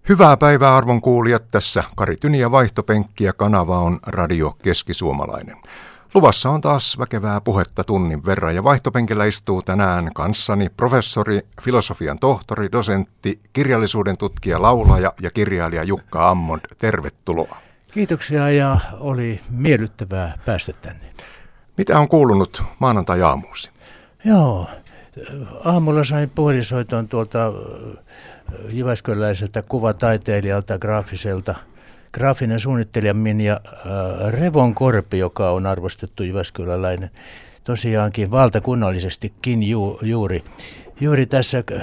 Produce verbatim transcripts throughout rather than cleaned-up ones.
Hyvää päivää arvon kuulijat, tässä Kari Tyni ja vaihtopenkki ja kanava on Radio Keskisuomalainen. Luvassa on taas väkevää puhetta tunnin verran ja vaihtopenkillä istuu tänään kanssani professori, filosofian tohtori, dosentti, kirjallisuuden tutkija, laulaja ja kirjailija Jukka Ammond. Tervetuloa. Kiitoksia ja oli miellyttävää päästä tänne. Mitä on kuulunut maanantai-aamuusi? Joo, aamulla sain puhelinsoiton tuolta jyväskyläiseltä kuvataiteilijalta, graafiselta, graafinen suunnittelija Minja äh, Revonkorpi, joka on arvostettu jyväskyläläinen tosiaankin valtakunnallisestikin ju, juuri. Juuri tässä äh,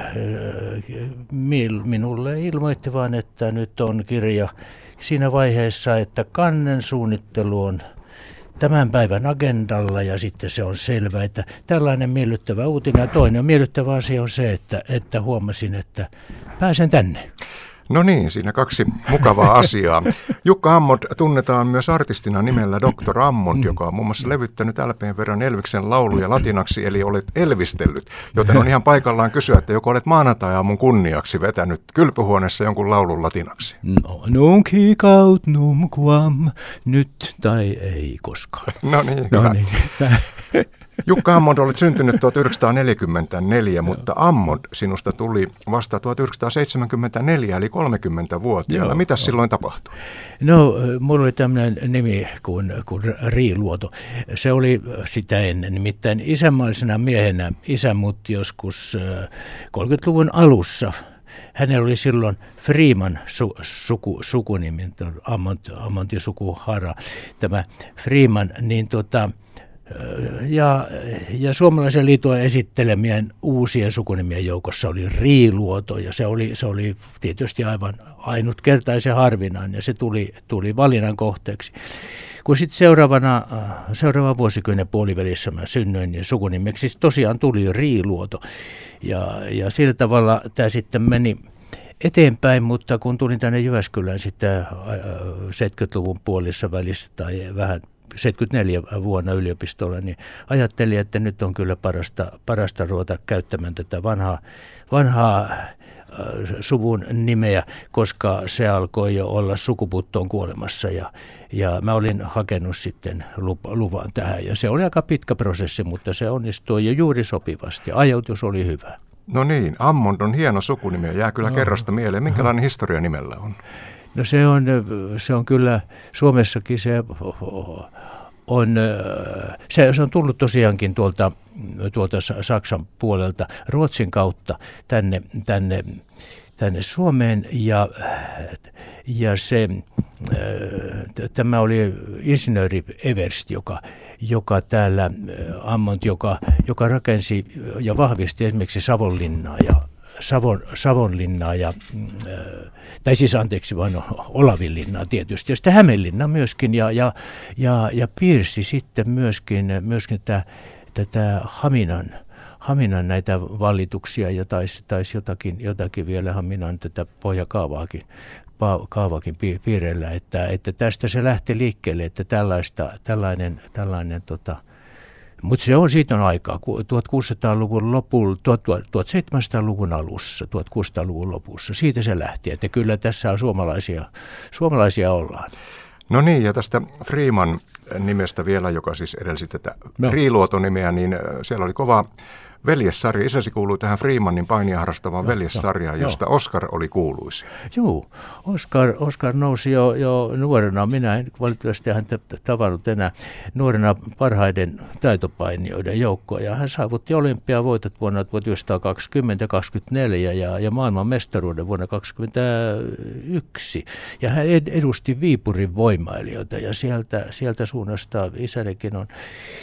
minulle ilmoitti vaan, että nyt on kirja siinä vaiheessa, että kannen suunnittelu on tämän päivän agendalla ja sitten se on selvä, että tällainen miellyttävä uutinen. Ja toinen miellyttävä asia on se, että, että huomasin, että pääsen tänne. No niin, siinä kaksi mukavaa asiaa. Jukka Ammond tunnetaan myös artistina nimellä doktor Ammond, joka on muun muassa levyttänyt L P:n verran Elviksen lauluja latinaksi, eli olet elvistellyt. Joten on ihan paikallaan kysyä, että joko olet maanantai-aamun kunniaksi vetänyt kylpyhuoneessa jonkun laulun latinaksi? No, nunc hic aut numquam, nyt tai ei koskaan. No niin, no hyvä. Niin. Jukka Ammond, olet syntynyt tuhatyhdeksänsataaneljäkymmentäneljä, mutta Ammond sinusta tuli vasta tuhatyhdeksänsataaseitsemänkymmentäneljä, eli kolmekymmentävuotiaana. Mitä silloin tapahtui? No, mulla oli tämmöinen nimi kuin, kuin Riiluoto. Se oli sitä ennen. Nimittäin isänmaallisena miehenä isä muutti joskus kolmekymmentäluvun alussa. Hänellä oli silloin Freeman su, suku, sukunimi, Ammond, Ammondin sukuhara, tämä Freeman, niin tota... Ja, ja Suomalaisen liiton esittelemien uusien sukunimien joukossa oli Riiluoto, ja se oli, se oli tietysti aivan ainutkertaisen harvinainen, ja se tuli, tuli valinnan kohteeksi. Kun sitten seuraavana, seuraavan vuosikymmenen puolivälissä mä synnyin, niin sukunimeksi tosiaan tuli Riiluoto, ja, ja sillä tavalla tämä sitten meni eteenpäin, mutta kun tulin tänne Jyväskylään sitten seitsemänkymmentäluvun puolissa välissä tai vähän seitsemänkymmentäneljä vuonna yliopistolla, niin ajattelin, että nyt on kyllä parasta, parasta ruveta käyttämään tätä vanhaa, vanhaa äh, suvun nimeä, koska se alkoi jo olla sukupuuttoon kuolemassa ja, ja mä olin hakenut sitten luvan tähän ja se oli aika pitkä prosessi, mutta se onnistui jo juuri sopivasti. Ajoitus oli hyvä. No niin, Ammond on hieno sukunimi ja jää kyllä no. kerrasta mieleen. Minkälainen historia nimellä on? No se on, se on kyllä, Suomessakin se on, se, se on tullut tosiaankin tuolta, tuolta Saksan puolelta Ruotsin kautta tänne, tänne, tänne Suomeen ja, ja se, tämä oli insinööri Everst, joka, joka täällä, Ammond, joka, joka rakensi ja vahvisti esimerkiksi Savonlinnaa ja Savon, Savonlinnaa, ja, tai siis anteeksi vaan Olavinlinnaa tietysti, ja sitten Hämeenlinnaa myöskin, ja, ja, ja, ja piirsi sitten myöskin, myöskin tätä, tätä Haminan, Haminan näitä vallituksia, ja taisi, taisi jotakin, jotakin vielä Haminan tätä pohjakaavaakin kaavakin piireillä, että, että tästä se lähti liikkeelle, että tällaista, tällainen, tällainen tota, mutta se on siitä on aikaa, tuhatkuusisataaluvun lopulla, tuhatseitsemänsataaluvun alussa, tuhatkuusisataaluvun lopussa, siitä se lähti, että kyllä tässä on suomalaisia, suomalaisia ollaan. No niin, ja tästä Freeman nimestä vielä, joka siis edelsi tätä no. Riiluoto-nimeä, niin siellä oli kova veljessarja. Isäsi kuului tähän Freemanin painia harrastavaan no, veljessarjaan, no, josta no. Oscar oli kuuluisin. Joo, Oscar, Oscar nousi jo, jo nuorena. Minä en valitettavasti häntä tavannut enää nuorena parhaiden taitopainijoiden joukkoa. Ja hän saavutti olympiavoitot vuonna tuhatyhdeksänsataakaksikymmentä ja kaksikymmentäneljä ja, ja maailman mestaruuden vuonna kaksikymmentäyksi. Ja hän edusti Viipurin voimailijoita ja sieltä, sieltä suunnasta isänikin on.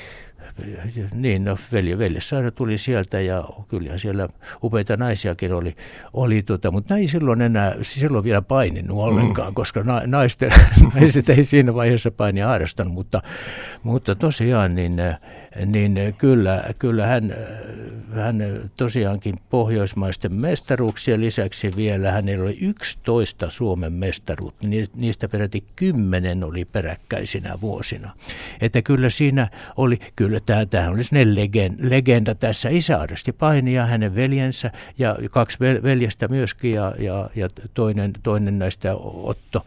Niin, no velje, veljessarja tuli sieltä ja kyllä siellä upeita naisiakin oli, oli tota, mutta ei silloin enää, silloin vielä paininut ollenkaan, mm. koska na, naisten, naiset ei siinä vaiheessa painia harrastanut, mutta, mutta tosiaan niin, niin kyllä, kyllä hän, hän tosiaankin pohjoismaisten mestaruuksien lisäksi vielä, hänellä oli yksitoista Suomen mestaruutta, niistä peräti kymmenen oli peräkkäisinä vuosina, että kyllä siinä oli, kyllä tämähän oli sellainen legenda, legenda tässä. Isä aresti painia, hänen veljensä ja kaksi veljestä myöskin ja, ja, ja toinen, toinen näistä Otto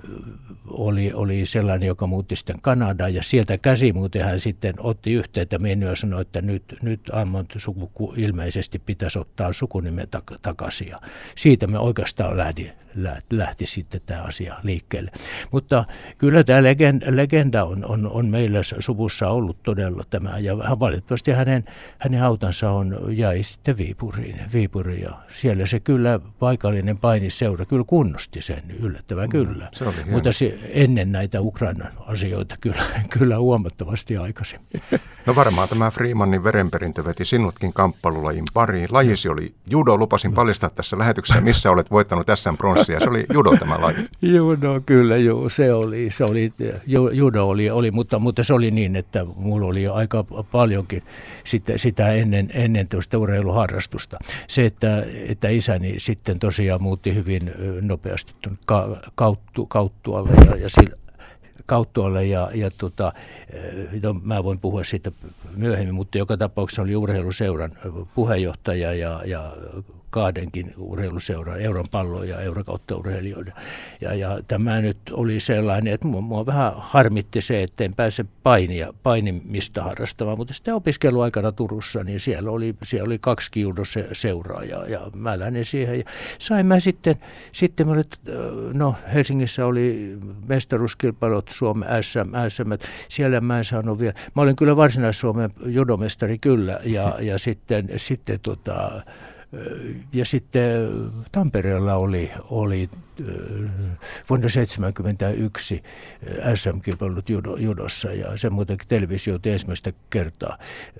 oli, oli sellainen, joka muutti sitten Kanadaan ja sieltä käsi muuten hän sitten otti yhteyttä mennä ja sanoi, että nyt, nyt Ammon suku ilmeisesti pitäisi ottaa sukunimen tak- takaisin ja siitä me oikeastaan lähti, lähti, lähti sitten tämä asia liikkeelle. Mutta kyllä tämä legenda on, on, on meillä suvussa ollut todella tämä ja valitettavasti hänen, hänen hautansa on, jäi sitten Viipuriin, Viipuriin ja siellä se kyllä paikallinen painiseura kyllä kunnosti sen yllättävän kyllä, mm, mutta se, ennen näitä Ukrainan asioita kyllä, kyllä huomattavasti aikaisemmin. No varmaan tämä Freemanin verenperintö veti sinutkin kamppailulajin pariin. Lajisi oli judo, lupasin paljastaa tässä lähetyksessä, missä olet voittanut S M-pronssia. Se oli judo tämä laji. Judo kyllä, joo, se oli, se oli judo oli, oli mutta, mutta se oli niin, että mulla oli aika paljonkin sitä, sitä ennen, ennen tuosta urheiluharrastusta. Se, että, että isäni sitten tosiaan muutti hyvin nopeasti ka, kauttu, kauttualle ja, ja sillä, Kauttualle ja, ja tota, no, mä voin puhua siitä myöhemmin, mutta joka tapauksessa oli urheiluseuran puheenjohtaja ja, ja kahdenkin urheiluseuran, euron pallo- ja eurokautta-urheilijoiden. Ja, ja tämä nyt oli sellainen, että mua, mua vähän harmitti se, että en pääse painia, painimista harrastamaan, mutta sitten opiskeluaikana Turussa, niin siellä oli, siellä oli kaksi kiudoseuraa ja, ja mä lähdin siihen. Ja sain mä sitten, sitten mä olit, no Helsingissä oli mestaruuskilpailut, Suomen S M, S M, siellä mä en saanut vielä. Mä olin kyllä Varsinais-Suomen judomestari kyllä ja, ja sitten, sitten tota, ja sitten Tampereella oli, oli vuonna seitsemänkymmentäyksi S M-kilpailut judo, judossa ja se muutenkin televisioitiin ensimmäistä kertaa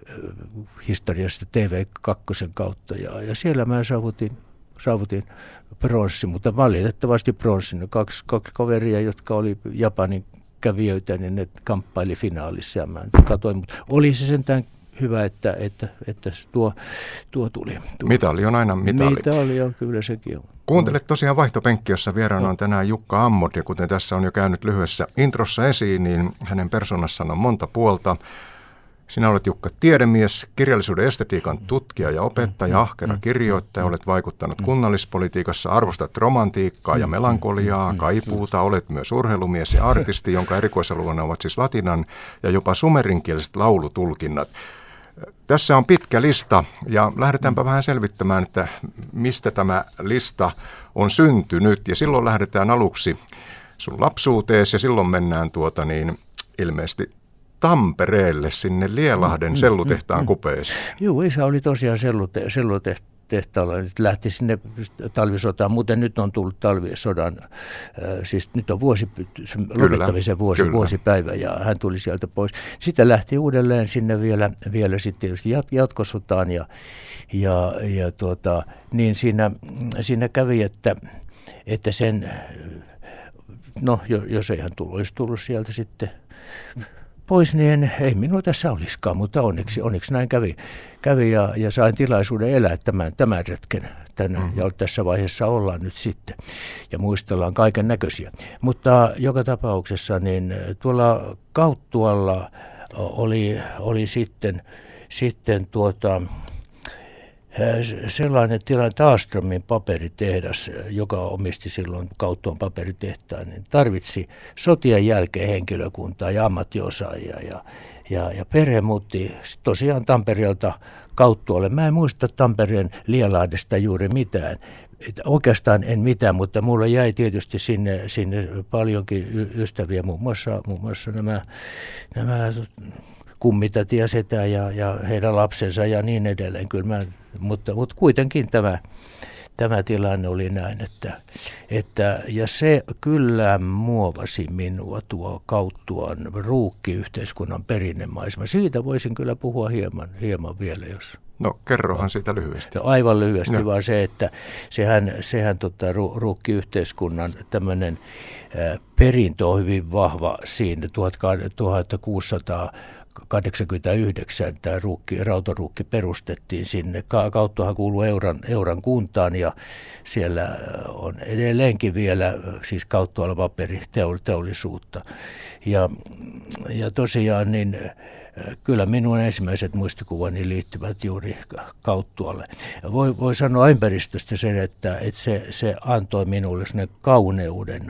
historiasta T V kaksi kautta ja, ja siellä mä saavutin, saavutin pronssi, mutta valitettavasti pronssin. Kaksi, kaksi kaveria, jotka oli Japanin kävijöitä, niin ne kamppaili finaalissa ja mä katsoin, mutta oli se sentään hyvä, että, että, että tuo, tuo tuli. Tuo. Mitali on aina mitali. Mitali on, kyllä sekin on. Kuuntelet tosiaan Vaihtopenkki, jossa vieraana on tänään Jukka Ammod, ja kuten tässä on jo käynyt lyhyessä introssa esiin, niin hänen persoonassaan on monta puolta. Sinä olet Jukka tiedemies, kirjallisuuden estetiikan tutkija ja opettaja, ahkera kirjoittaja, olet vaikuttanut kunnallispolitiikassa, arvostat romantiikkaa ja melankoliaa, kaipuuta, olet myös urheilumies ja artisti, jonka erikoisalueena ovat siis latinan ja jopa sumerinkieliset laulutulkinnat. Tässä on pitkä lista ja lähdetäänpä vähän selvittämään, että mistä tämä lista on syntynyt. Ja silloin lähdetään aluksi sun lapsuuteesi ja silloin mennään tuota niin ilmeisesti Tampereelle sinne Lielahden sellutehtaan kupeeseen. Joo, isä oli tosiaan sellute, sellutehtaalla. Lähti sinne talvisotaan, muuten nyt on tullut talvisodan, äh, siis nyt on vuosi, lopettamisen vuosi, vuosipäivä ja hän tuli sieltä pois. Sitten lähti uudelleen sinne vielä, vielä sitten jat, jatkosotaan ja, ja, ja tuota, niin siinä, siinä kävi, että, että sen, no jos ei hän tullut, olisi tullut sieltä sitten pois, niin ei minua tässä olisikaan, mutta onneksi, onneksi näin kävi, kävi ja, ja sain tilaisuuden elää tämän, tämän retken tänne, mm-hmm. ja tässä vaiheessa ollaan nyt sitten ja muistellaan kaiken näköisiä. Mutta joka tapauksessa niin tuolla Kauttualla oli, oli sitten, sitten tuota, sellainen tilanne, Taaströmin paperitehdas, joka omisti silloin Kauttuan paperitehtaan, niin tarvitsi sotien jälkeen henkilökuntaa ja ammattiosaajia ja, ja, ja perhe muutti tosiaan Tampereelta Kauttualle. Mä en muista Tampereen Lielahdesta juuri mitään. Että oikeastaan en mitään, mutta mulla jäi tietysti sinne, sinne paljonkin ystäviä, muun muassa, muun muassa nämä, nämä kummitäti ja setä ja, ja heidän lapsensa ja niin edelleen. Kyllä mä, mutta, mutta kuitenkin tämä, tämä tilanne oli näin, että, että ja se kyllä muovasi minua tuo Kauttuan ruukkiyhteiskunnan perinnemaisema. Siitä voisin kyllä puhua hieman, hieman vielä, jos... No kerrohan siitä lyhyesti. Aivan lyhyesti, no. Vaan se, että sehän, sehän tota, ru, ruukkiyhteiskunnan tämmöinen ä, perintö on hyvin vahva siinä tuhatkuusisataakahdeksankymmentäyhdeksän tämä ruukki, rautaruukki perustettiin sinne. Ka- Kauttuahan kuuluu Euran, Euran kuntaan ja siellä on edelleenkin vielä siis Kauttualla paperiteollisuutta. Ja, ja tosiaan niin kyllä minun ensimmäiset muistikuvani liittyvät juuri Kauttualle. Voi, voi sanoa ympäristöstä sen, että, että se, se antoi minulle sen kauneuden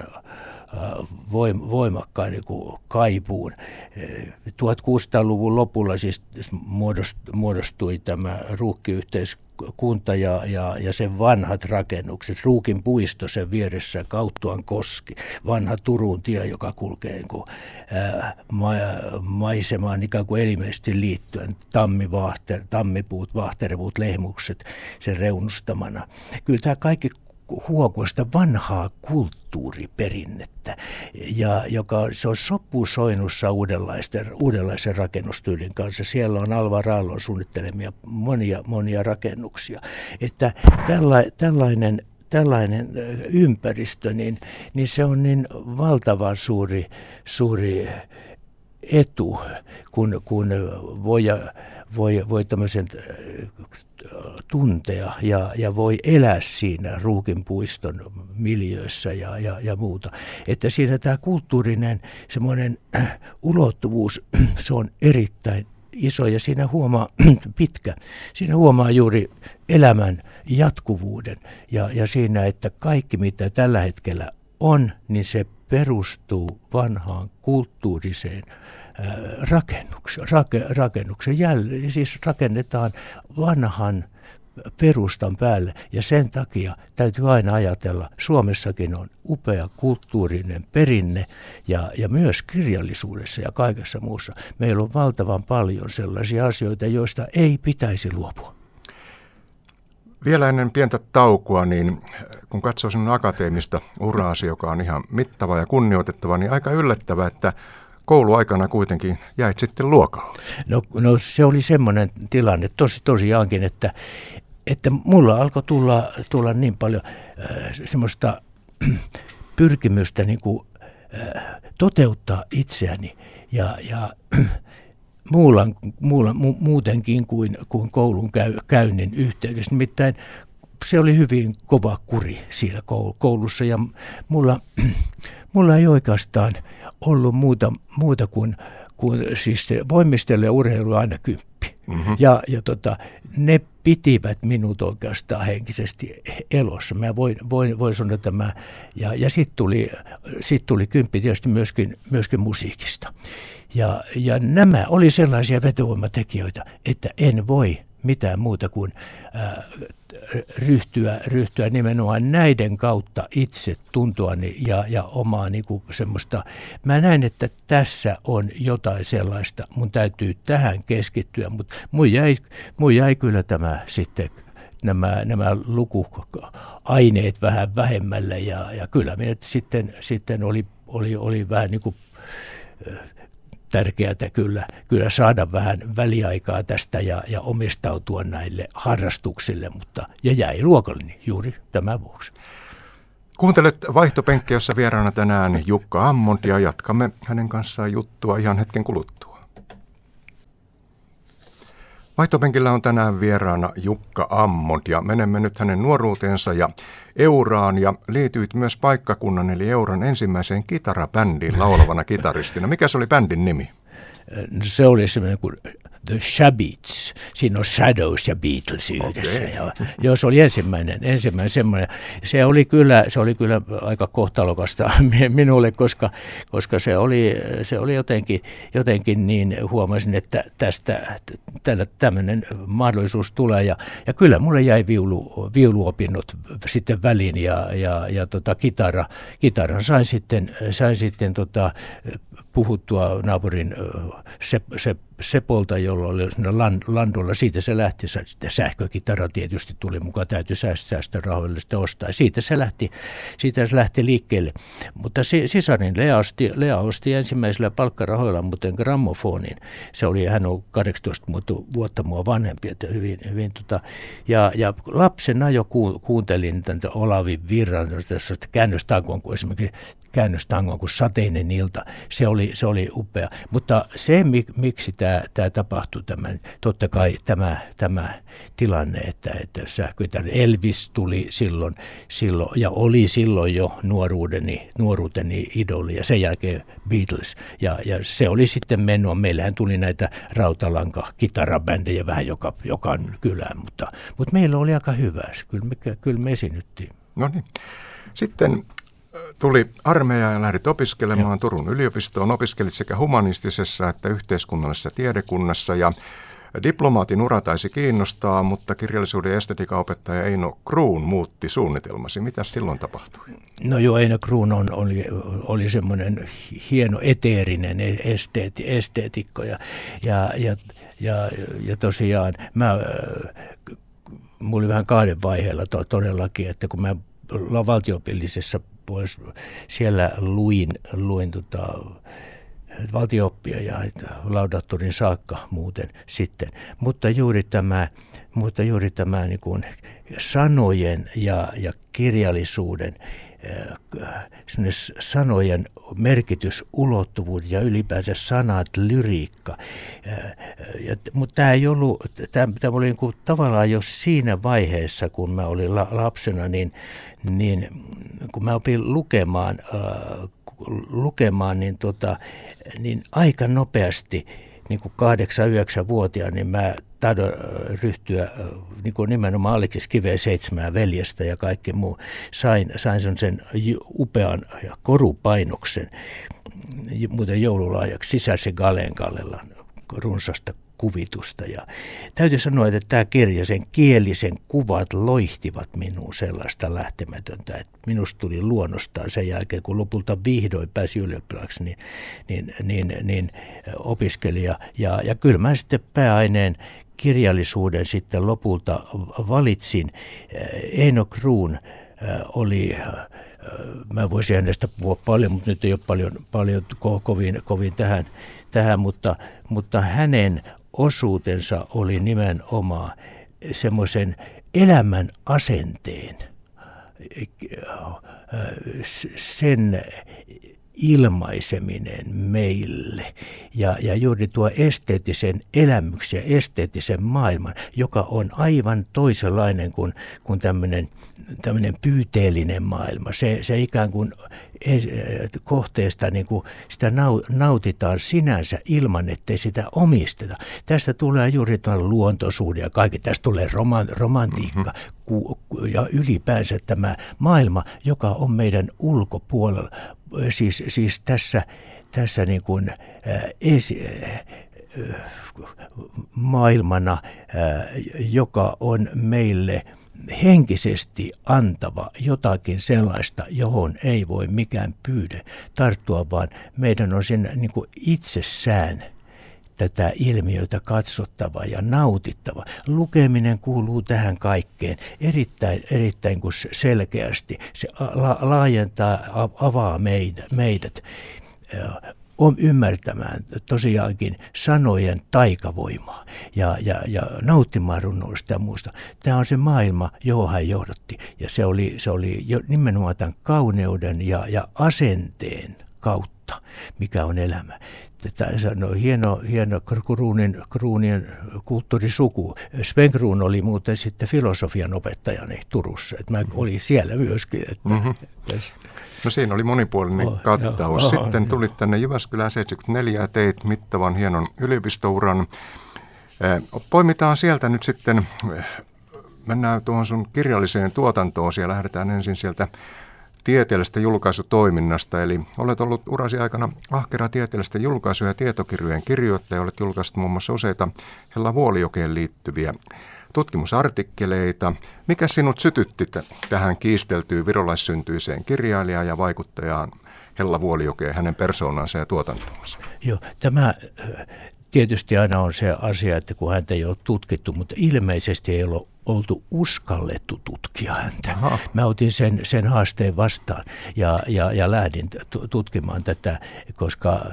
voimakkaan niin kuin kaipuun. tuhatkuusisataaluvun lopulla siis muodostui tämä ruukkiyhteiskunta ja, ja, ja sen vanhat rakennukset. Ruukin puisto sen vieressä, Kauttuan koski, vanha Turun tie, joka kulkee niin kuin, ää, ma, maisemaan ikään kuin elimellisesti liittyen. Tammivahter, tammipuut, vaahterevuut, lehmukset sen reunustamana. Kyllä tämä kaikki huokuu sitä vanhaa kulttuuriperinnettä, ja joka se on sopusoinnussa uudenlaisten, uudenlaisen rakennustyylin kanssa. Siellä on Alvar Aallon suunnittelemia monia, monia rakennuksia. Että tälla, tällainen, tällainen ympäristö, niin, niin se on niin valtavan suuri, suuri etu, kun, kun voi, voi, voi tämmöisen tuntea ja, ja voi elää siinä Ruukin puiston miljöissä ja, ja, ja muuta. Että siinä tämä kulttuurinen semmoinen ulottuvuus, se on erittäin iso ja siinä huomaa pitkä. Siinä huomaa juuri elämän jatkuvuuden ja, ja siinä, että kaikki mitä tällä hetkellä on, niin se perustuu vanhaan kulttuuriseen Rakennuksen, rake, rakennuksen jälleen, siis rakennetaan vanhan perustan päälle ja sen takia täytyy aina ajatella, Suomessakin on upea kulttuurinen perinne ja, ja myös kirjallisuudessa ja kaikessa muussa. Meillä on valtavan paljon sellaisia asioita, joista ei pitäisi luopua. Vielä ennen pientä taukoa, niin kun katsoo sinun akateemista uraasi, joka on ihan mittava ja kunnioitettava, niin aika yllättävää, että kouluaikana kuitenkin jäit sitten luokalle. No, no se oli semmoinen tilanne tos, tosiaankin, että, että mulla alkoi tulla, tulla niin paljon äh, semmoista äh, pyrkimystä niin kuin, äh, toteuttaa itseäni ja, ja äh, muulla, muulla, mu, muutenkin kuin, kuin koulun käy, käynnin yhteydessä. Nimittäin se oli hyvin kova kuri siinä koulussa ja mulla, mulla ei oikeastaan ollut muuta, muuta kuin, kuin siis voimistelu ja urheilu aina kymppi. Mm-hmm. Ja, ja tota, ne pitivät minut oikeastaan henkisesti elossa. Mä voin, voin, voin sanoa tämä. Ja, ja sitten tuli, sit tuli kymppi tietysti myöskin, myöskin musiikista. Ja, ja nämä oli sellaisia vetovoimatekijöitä, että en voi mitään muuta kuin äh, ryhtyä, ryhtyä nimenomaan näiden kautta itse tuntuani ja, ja omaa niin kuin semmoista. Mä näen, että tässä on jotain sellaista, mun täytyy tähän keskittyä, mutta mun jäi, mun jäi kyllä tämä sitten nämä, nämä lukuaineet vähän vähemmälle ja, ja kyllä minä sitten, sitten oli, oli, oli vähän niin kuin tärkeää kyllä, kyllä saada vähän väliaikaa tästä ja, ja omistautua näille harrastuksille, mutta ja jäi luokalleni juuri tämän vuoksi. Kuuntelet Vaihtopenkkiä, jossa vieraana tänään Jukka Ammond ja jatkamme hänen kanssaan juttua ihan hetken kuluttua. Vaihtopenkillä on tänään vieraana Jukka Ammond ja menemme nyt hänen nuoruuteensa ja Euraan ja liityit myös paikkakunnan eli Euran ensimmäiseen kitarabändiin laulavana kitaristina. Mikä se oli bändin nimi? Se oli semmoinen kuin The Shabeats. Siinä on Shadows ja Beatles yhdessä. Okay. Ja, joo, se oli ensimmäinen, ensimmäinen semmoinen. Se oli kyllä, se oli kyllä aika kohtalokasta minulle, koska, koska se, oli, se oli jotenkin, jotenkin niin, huomasin, että tästä tällä, tämmöinen mahdollisuus tulee. Ja, ja kyllä mulle jäi viulu, viuluopinnot sitten väliin ja, ja, ja tota, kitara, kitaran sain sitten, sain sitten tota, puhuttua naapurin se, se, Sepolta, jolla oli landolla. Siitä se lähti, sitten sähkökitara tietysti tuli mukaan, täytyy säästää rahoille sitä ostaa. Siitä se lähti, siitä se lähti liikkeelle. Mutta sisarin Lea osti, Lea osti ensimmäisellä palkkarahoilla muuten grammofonin. Se oli, hän on kahdeksantoista vuotta mua vanhempi, että hyvin, hyvin tota, ja, ja lapsena jo kuuntelin tämän Olavi Virran käännöstankoon, kun esimerkiksi käännöstangon kuin Sateinen ilta. Se oli, se oli upea. Mutta se, miksi tämä, tämä tapahtui, tämän, totta kai tämä, tämä tilanne, että, että sähköitar Elvis tuli silloin, silloin ja oli silloin jo nuoruudeni, nuoruuteni idoli ja sen jälkeen Beatles. Ja, ja se oli sitten mennyt. Meillähän tuli näitä rautalanka-kitarabändejä vähän joka, joka kylään, mutta, mutta meillä oli aika hyvä. Kyllä me, kyllä me esiinnyttiin. No niin. Sitten tuli armeija ja lähdit opiskelemaan ja. Turun yliopistoon. Opiskelit sekä humanistisessa että yhteiskunnallisessa tiedekunnassa ja diplomaatin ura taisi kiinnostaa, mutta kirjallisuuden ja estetiikan opettaja Eino Kruun muutti suunnitelmasi. Mitä silloin tapahtui? No joo, Eino Kruun on, oli, oli semmoinen hieno eteerinen esteeti, esteetikko ja, ja, ja, ja, ja tosiaan mä, mulla oli vähän kahden vaiheella to, todellakin, että kun mä valtio-opillisessa puolessa siellä luin, luin tota, valtio-oppia ja laudattorin saakka muuten sitten. Mutta juuri tämä, mutta juuri tämä niin kuin sanojen ja, ja kirjallisuuden, sanojen merkitys, ulottuvuus ja ylipäänsä sanat, lyriikka. Ja, mutta tämä ei ollut, tämä, tämä oli niin kuin tavallaan jo siinä vaiheessa, kun mä olin la, lapsena, niin, niin kun mä opin lukemaan, äh, lukemaan niin, tota, niin aika nopeasti, niin kuin kahdeksan yhdeksän vuotiaan, niin mä tahdon ryhtyä niin kuin nimenomaan Aleksis Kiveen Seitsemää veljestä ja kaikki muu. Sain, sain sen upean korupainoksen, muuten joululahjaksi Sisäisen Galeen Kallelan runsasta kuvitusta. Ja täytyy sanoa, että tämä kirja, sen kielisen kuvat loihtivat minuun sellaista lähtemätöntä, että minusta tuli luonnostaan sen jälkeen, kun lopulta vihdoin pääsi ylioppilaaksi, niin, niin, niin, niin opiskelija. Ja, ja kyllä mä sitten pääaineen kirjallisuuden sitten lopulta valitsin. Eino Kruun oli, mä voisin hänestä puhua paljon, mutta nyt ei ole paljon, paljon ko, kovin, kovin tähän, tähän mutta, mutta hänen osuutensa oli nimenomaan semmoisen elämän asenteen, sen ilmaiseminen meille ja, ja juuri tuo esteettisen elämyksen, esteettisen maailman, joka on aivan toisenlainen kuin, kuin tämmöinen, tämmöinen pyyteellinen maailma. Se, se ikään kuin kohteesta niin kuin sitä nautitaan sinänsä ilman, ettei sitä omisteta. Tästä tulee juuri tuo luontoisuuden ja kaikki. Tästä tulee roman, romantiikka mm-hmm. ja ylipäänsä tämä maailma, joka on meidän ulkopuolella. Siis, siis tässä, tässä niin kuin, äh, esi, äh, maailmana, äh, joka on meille henkisesti antava jotakin sellaista, johon ei voi mikään pyyde tarttua, vaan meidän on siinä niin kuin itsessään tätä ilmiötä katsottava ja nautittava. Lukeminen kuuluu tähän kaikkeen erittäin, erittäin kuin selkeästi. Se la- laajentaa, avaa meidät, meidät on ymmärtämään tosiaankin sanojen taikavoimaa ja, ja, ja nauttimaan runoista ja muusta. Tämä on se maailma, johon hän johdatti. Ja se oli, se oli jo nimenomaan tämän kauneuden ja, ja asenteen kautta, mikä on elämä. Tämä on hieno, hieno Kruunin, Kruunien kulttuurisuku. Sven Kruun oli muuten sitten filosofian opettajani Turussa. Että mä olin siellä myöskin. Että, mm-hmm. No siinä oli monipuolinen oh, kattaus. Jo, sitten oh, tulit tänne Jyväskylään seitsemänkymmentäneljä ja teit mittavan hienon yliopistouran. Poimitaan sieltä nyt sitten, mennään tuohon sun kirjalliseen tuotantoon. Siellä lähdetään ensin sieltä tieteellisestä julkaisutoiminnasta. Eli olet ollut urasi aikana ahkera tieteellisten julkaisuja ja tietokirjojen kirjoittaja. Olet julkaissut muun muassa useita Hella Vuolijokeen liittyviä tutkimusartikkeleita. Mikä sinut sytytti t- tähän kiisteltyyn virolaissyntyiseen kirjailijaan ja vaikuttajaan Hella Vuolijokeen, hänen persoonansa ja tuotantonsa? Joo, tämä tietysti aina on se asia, että kun häntä ei ole tutkittu, mutta ilmeisesti ei ole oltu uskallettu tutkia häntä. Aha. Mä otin sen, sen haasteen vastaan ja, ja, ja lähdin tutkimaan tätä, koska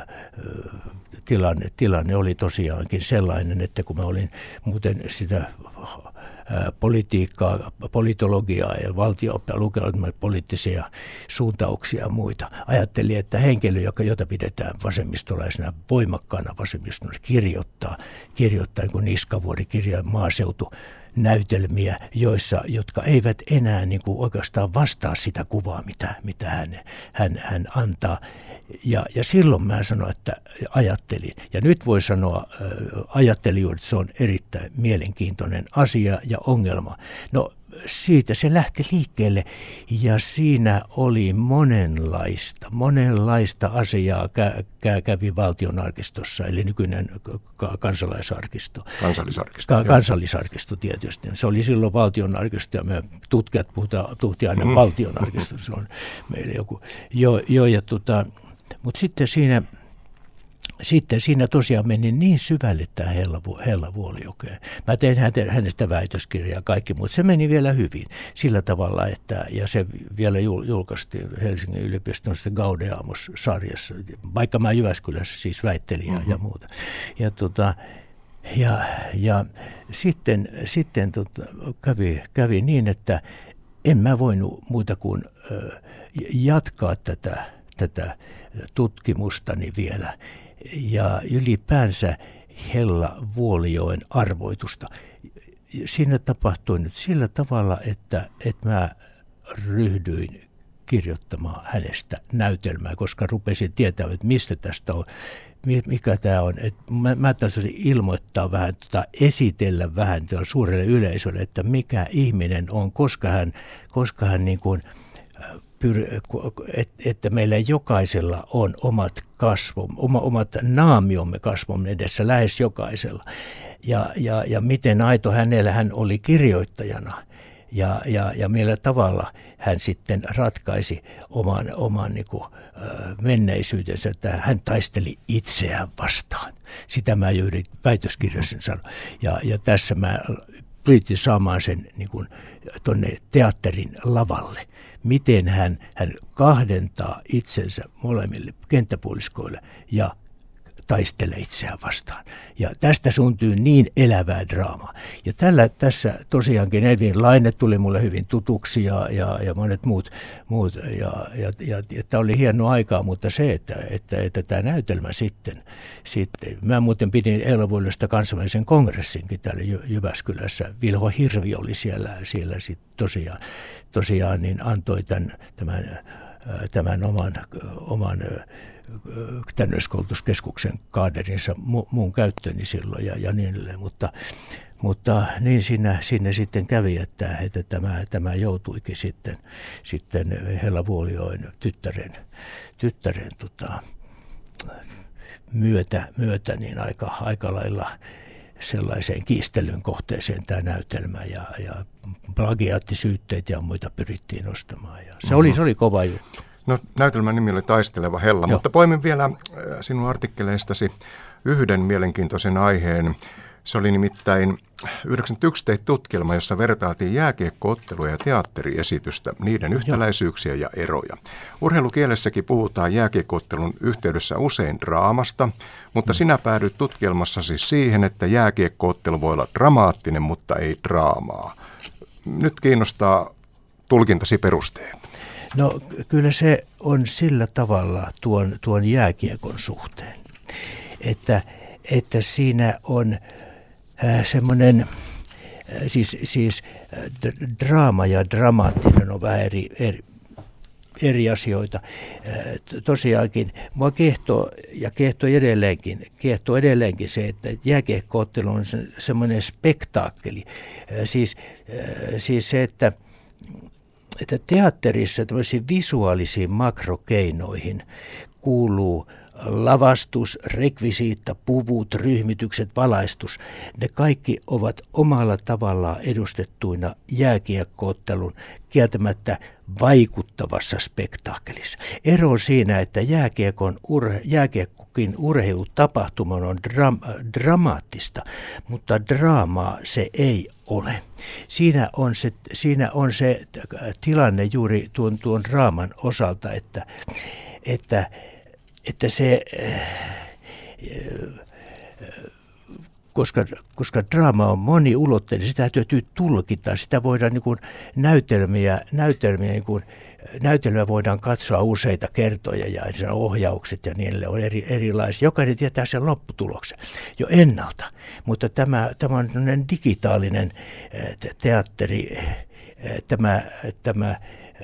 tilanne, tilanne oli tosiaankin sellainen, että kun mä olin muuten sitä politiikkaa, politologiaa ja valtio-oppia, lukenut poliittisia suuntauksia ja muita. Ajattelin, että henkilö, joka, jota pidetään vasemmistolaisena voimakkaana vasemmistolaisena, kirjoittaa, kirjoittaa niin kuin Niskavuori-kirja, maaseutu, näytelmiä, joissa, jotka eivät enää niin kuin oikeastaan vastaa sitä kuvaa, mitä, mitä hän, hän, hän antaa. Ja, ja silloin mä sanoin, että ajattelin. Ja nyt voi sanoa, ajattelin juuri, että se on erittäin mielenkiintoinen asia ja ongelma. No siitä se lähti liikkeelle ja siinä oli monenlaista, monenlaista asiaa kä- kä- kävi valtionarkistossa, eli nykyinen kansalaisarkisto. Kansallisarkisto. Ka- kansallisarkisto tietysti. Se oli silloin valtionarkisto ja me tutkijat puhuttiin aina mm. valtionarkisto, se on meille joku. Jo, jo, ja tota, mutta sitten siinä... Sitten siinä tosiaan meni niin syvälle tämä Hella, Hella Vuolijokeen. Mä tein hänestä väitöskirjaa ja kaikki, mutta se meni vielä hyvin sillä tavalla, että, ja se vielä julkaistiin Helsingin yliopiston Gaudeamus-sarjassa, vaikka mä Jyväskylässä siis väittelin ja, mm-hmm. ja muuta. Ja, tota, ja, ja sitten, sitten tota, kävi, kävi niin, että en mä voinut muuta kuin äh, jatkaa tätä, tätä tutkimustani vielä. Ja ylipäänsä Hella Vuolijoen arvoitusta. Siinä tapahtui nyt sillä tavalla, että, että mä ryhdyin kirjoittamaan hänestä näytelmää, koska rupesin tietämään, että mistä tästä on, mikä tämä on. Että mä, mä taisin ilmoittaa vähän, tota, esitellä vähän suurelle yleisölle, että mikä ihminen on, koska hän, koska hän niin kuin, että meillä jokaisella on omat kasvomme, omat naamiomme kasvomme edessä, lähes jokaisella. Ja, ja, ja miten aito hänellä hän oli kirjoittajana ja, ja, ja millä tavalla hän sitten ratkaisi oman, oman niin kuin, menneisyytensä, että hän taisteli itseään vastaan. Sitä mä juuri väitöskirjassa sanon. Ja, ja tässä mä pyritin saamaan sen niin kuin, tuonne teatterin lavalle. Miten hän, hän kahdentaa itsensä molemmille kenttäpuoliskoille ja taistelee itseään vastaan. Ja tästä syntyy niin elävää draamaa. Ja tällä, tässä tosiaankin Edwin Laine tuli mulle hyvin tutuksi ja, ja, ja monet muut. muut ja, ja, ja, ja tämä oli hieno aikaa, mutta se, että, että, että tämä näytelmä sitten, sitten. Mä muuten pidin elovuodesta kansainvälisen kongressinkin täällä Jyväskylässä. Vilho Hirvi oli siellä, siellä sitten tosiaan, tosiaan niin antoi tämän, tämän, tämän oman, oman täydennyskoulutuskeskuksen kaaderinsa mu, muun käyttööni silloin ja, ja niin edelleen, mutta, mutta niin siinä, siinä sitten kävi, että, että tämä, tämä joutuikin sitten, sitten Hella Vuolijoen tyttären, tyttären tota, myötä, myötä niin aika, aika lailla sellaiseen kiistelyn kohteeseen tämä näytelmä ja, ja plagiaattisyytteitä ja muita pyrittiin nostamaan. Ja se, oli, se oli kova juttu. No, näytelmän nimi oli Taisteleva Hella, Joo. mutta poimin vielä sinun artikkeleistasi yhden mielenkiintoisen aiheen. Se oli nimittäin yhdeksänkymmentäyksi teit tutkielma, jossa vertailtiin jääkiekko-ottelua ja teatteriesitystä, niiden yhtäläisyyksiä ja eroja. Urheilukielessäkin puhutaan jääkiekko-ottelun yhteydessä usein draamasta, mutta sinä päädyit tutkielmassasi siihen, että jääkiekko-ottelu voi olla dramaattinen, mutta ei draamaa. Nyt kiinnostaa tulkintasi perusteet. No kyllä se on sillä tavalla tuon, tuon jääkiekon suhteen, että, että siinä on äh, semmoinen, äh, siis, siis äh, draama ja dramaattinen on vähän eri, eri, eri asioita. Äh, tosiaankin mua kiehtoo ja kiehtoo edelleenkin, kiehtoo edelleenkin se, että jääkiekko-ottelu on se, semmoinen spektaakkeli, äh, siis, äh, siis se, että että teatterissa tämmöisiin visuaalisiin makrokeinoihin kuuluu lavastus, rekvisiitta, puvut, ryhmitykset, valaistus. Ne kaikki ovat omalla tavallaan edustettuina jääkiekko-ottelun kieltämättä vaikuttavassa spektaakkelissa. Ero on siinä, että jääkiekon urhe, jääkiekkokin urheilutapahtuma on dram- dramaattista, mutta draamaa se ei ole. Siinä on se, siinä on se tilanne juuri tuon, tuon draaman osalta, että, että, että se koska, koska draama on moniulotteinen, sitä täytyy tulkita, sitä voidaan niin kuin näytelmiä, näytelmiä, niin kuin, näytelmiä voidaan katsoa useita kertoja ja sen ohjaukset ja niille on eri, erilaisia. Jokainen tietää sen lopputuloksen jo ennalta, mutta tämä, tämä on digitaalinen teatteri, tämä, tämä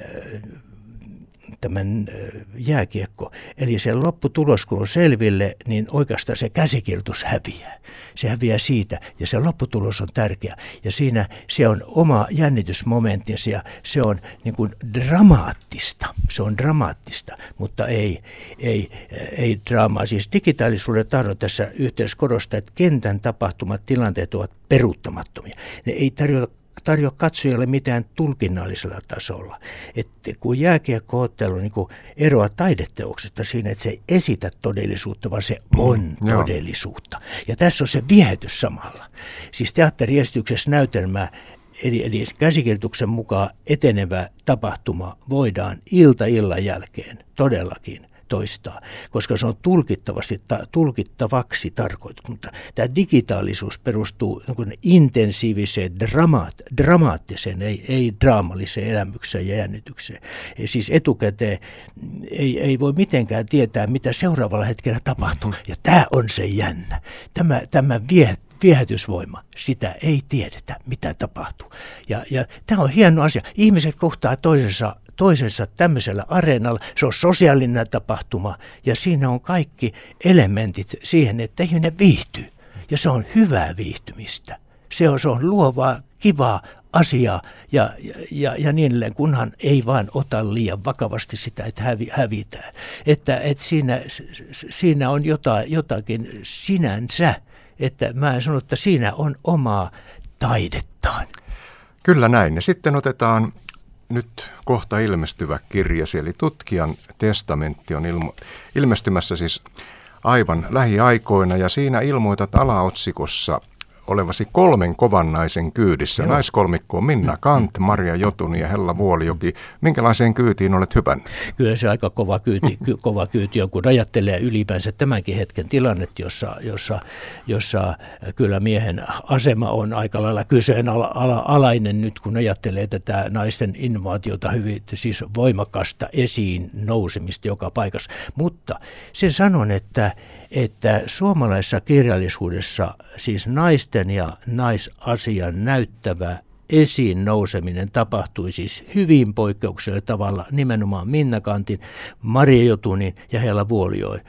tämän jääkiekko. Eli se lopputulos, kun on selville, niin oikeastaan se käsikirjoitus häviää. Se häviää siitä, ja se lopputulos on tärkeä. Ja siinä se on oma jännitysmomenttinsa, ja se on niin kuin dramaattista. Se on dramaattista, mutta ei, ei, ei draamaa. Siis digitaalisuuden tahdon tässä yhteydessä korostaa, että kentän tapahtumat, tilanteet ovat peruuttamattomia. Ne ei tarjoa tarjoa katsojalle mitään tulkinnallisella tasolla. Että kun jääkiekkoottelu niin eroaa taideteoksesta siinä, että se ei esitä todellisuutta, vaan se on mm, todellisuutta. Ja tässä on se viehätys samalla. Siis teatteriesityksessä näytelmää, eli, eli käsikirjoituksen mukaan etenevä tapahtuma voidaan ilta illan jälkeen todellakin toistaa, koska se on tulkittavasti, ta, tulkittavaksi tarkoitettu. Mutta tämä digitaalisuus perustuu intensiiviseen, dramaat, dramaattiseen, ei, ei draamalliseen elämykseen ja jännitykseen. Ja siis etukäteen ei, ei voi mitenkään tietää, mitä seuraavalla hetkellä tapahtuu. Ja tämä on se jännä. Tämä, tämä vie, viehätysvoima, sitä ei tiedetä, mitä tapahtuu. Ja, ja tämä on hieno asia. Ihmiset kohtaa toisensa toisensa tämmöisellä areenalla. Se on sosiaalinen tapahtuma ja siinä on kaikki elementit siihen, että ihminen viihtyy. Ja se on hyvää viihtymistä. Se on, se on luovaa, kivaa asiaa ja, ja, ja niin edelleen, kunhan ei vaan ota liian vakavasti sitä, että hävi, hävitään. Että, että siinä, siinä on jotain, jotakin sinänsä, että mä en sano, että siinä on omaa taidettaan. Kyllä näin. Ja sitten otetaan nyt kohta ilmestyvä kirjasi, eli Tutkijan testamentti on ilmo- ilmestymässä siis aivan lähiaikoina, ja siinä ilmoitat alaotsikossa olevasi kolmen kovan naisen kyydissä. Joo. Naiskolmikko on Minna Kant, Marja Jotuni ja Hella Vuolijoki. Minkälaiseen kyytiin olet hypännyt? Kyllä se aika kova kyyti, ky, kova kyyti on, kun ajattelee ylipäänsä tämänkin hetken tilannetta, jossa, jossa, jossa kyllä miehen asema on aika lailla kyseenalainen nyt, kun ajattelee tätä naisten innovaatiota, hyvin siis voimakasta esiin nousemista joka paikassa. Mutta sen sanon, että, että suomalaisessa kirjallisuudessa siis naisten ja naisasian näyttävä esiin nouseminen tapahtui siis hyvin poikkeuksellisella tavalla nimenomaan Minna Kantin, Marja Jotunin ja Hella Vuolijoen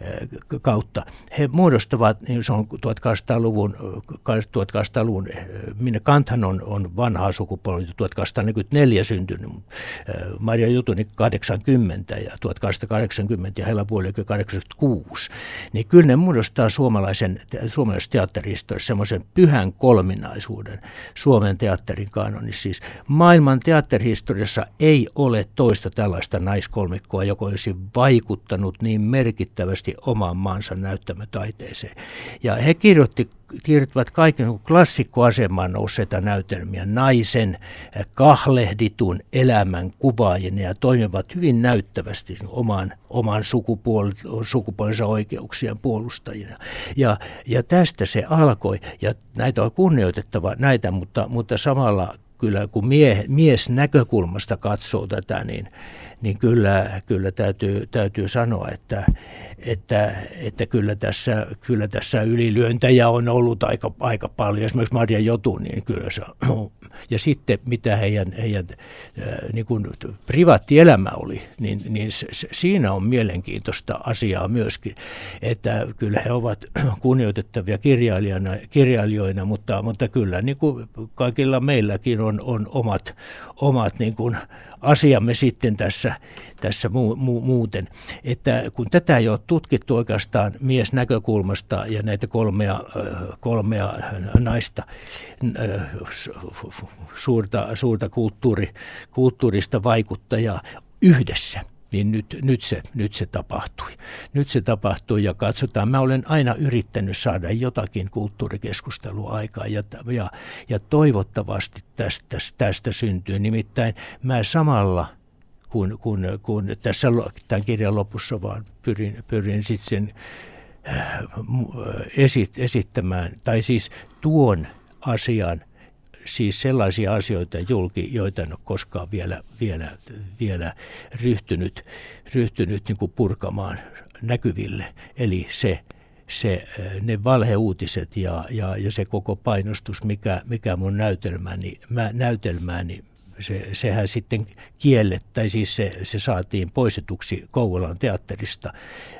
kautta. He muodostavat, se on tuhatkahdeksansataaluvun, tuhatkahdeksansataaluvun Minna Kanthan on, on vanhaa sukupolvia, tuhatkahdeksansataaneljäkymmentäneljä syntynyt, Marja Jotuni kahdeksankymmentä ja tuhatkahdeksansataakahdeksankymmentä ja Hella Vuolijoki kahdeksankymmentäkuusi. Niin kyllä ne muodostaa suomalaisen, suomalaisen teatterihistoriassa semmoisen pyhän kolminaisuuden Suomen teatterin kanonissa. Siis maailman teatterihistoriassa ei ole toista tällaista naiskolmikkoa, joka olisi vaikuttanut niin merkittävästi oman maansa näyttämötaiteeseen. Ja he kirjoitti, kirjoittivat kaiken klassikkoasemaan nousseita näytelmiä naisen kahlehditun elämän kuvaajina ja toimivat hyvin näyttävästi oman, oman sukupuol- sukupuolensa oikeuksien puolustajina. Ja, ja tästä se alkoi, ja näitä on kunnioitettava näitä, mutta, mutta samalla kyllä kun mie, mies näkökulmasta katsoo tätä, niin, niin kyllä, kyllä täytyy, täytyy sanoa, että, että, että kyllä, tässä, kyllä tässä ylilyöntejä on ollut aika, aika paljon. Esimerkiksi Marja Jotun, niin kyllä se on. Ja sitten mitä heidän, heidän niin kuin privaattielämä oli, niin, niin siinä on mielenkiintoista asiaa myöskin, että kyllä he ovat kunnioitettavia kirjailijoina, mutta, mutta kyllä niin kuin kaikilla meilläkin on, on omat, omat niin kuin asiamme sitten tässä, tässä mu, mu, muuten. Että kun tätä ei ole tutkittu oikeastaan mies näkökulmasta ja näitä kolmea, kolmea naista, suurta, suurta kulttuuri, kulttuurista vaikuttajaa yhdessä, niin nyt, nyt, se, nyt se tapahtui. Nyt se tapahtui ja katsotaan. Mä olen aina yrittänyt saada jotakin kulttuurikeskustelua aikaan ja, ja, ja toivottavasti tästä, tästä syntyy. Nimittäin mä samalla, kun, kun, kun tässä tämän kirjan lopussa vaan pyrin, pyrin sitten sen esit, esittämään, tai siis tuon asian, siis sellaisia asioita julki, joita en ole koskaan vielä, vielä, vielä ryhtynyt, ryhtynyt niin kuin purkamaan näkyville. Eli se, se, ne valheuutiset ja, ja, ja se koko painostus, mikä, mikä mun näytelmäni, mä, näytelmääni, se, sehän sitten kiellet, tai siis se, se saatiin poistetuksi Kouvolan teatterista,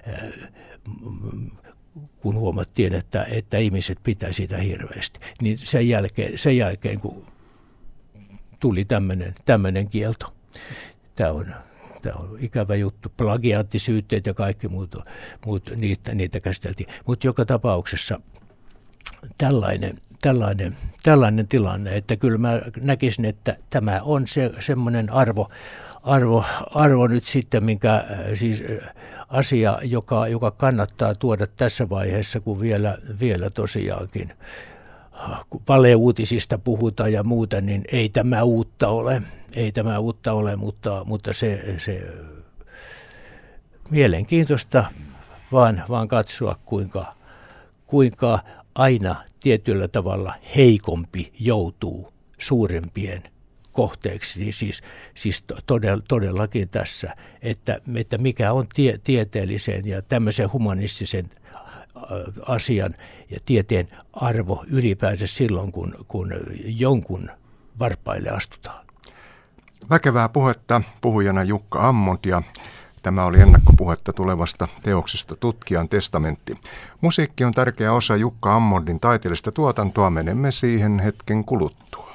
kun huomattiin, että, että ihmiset pitää sitä hirveästi. Niin sen jälkeen, sen jälkeen kun tuli tämmöinen, tämmöinen kielto. Tämä on, tämä on ikävä juttu. Plagiaattisyytteet ja kaikki muut, muut niitä, niitä käsiteltiin. Mutta joka tapauksessa tällainen, tällainen, tällainen tilanne, että kyllä mä näkisin, että tämä on se, semmoinen arvo, arvo, arvo nyt sitten, minkä siis asia, joka, joka kannattaa tuoda tässä vaiheessa, kun vielä, vielä tosiaankin kun valeuutisista puhutaan ja muuta, niin ei tämä uutta ole, ei tämä uutta ole, mutta, mutta se, se mielenkiintoista vaan, vaan katsoa, kuinka, kuinka aina tietyllä tavalla heikompi joutuu suurempien kohteeksi, siis, siis todellakin tässä, että, että mikä on tie, tieteellisen ja tämmöisen humanistisen asian ja tieteen arvo ylipäänsä silloin, kun, kun jonkun varpaille astutaan. Väkevää puhetta, puhujana Jukka Ammond, ja tämä oli ennakkopuhetta tulevasta teoksesta Tutkijan testamentti. Musiikki on tärkeä osa Jukka Ammondin taiteellista tuotantoa, menemme siihen hetken kuluttua.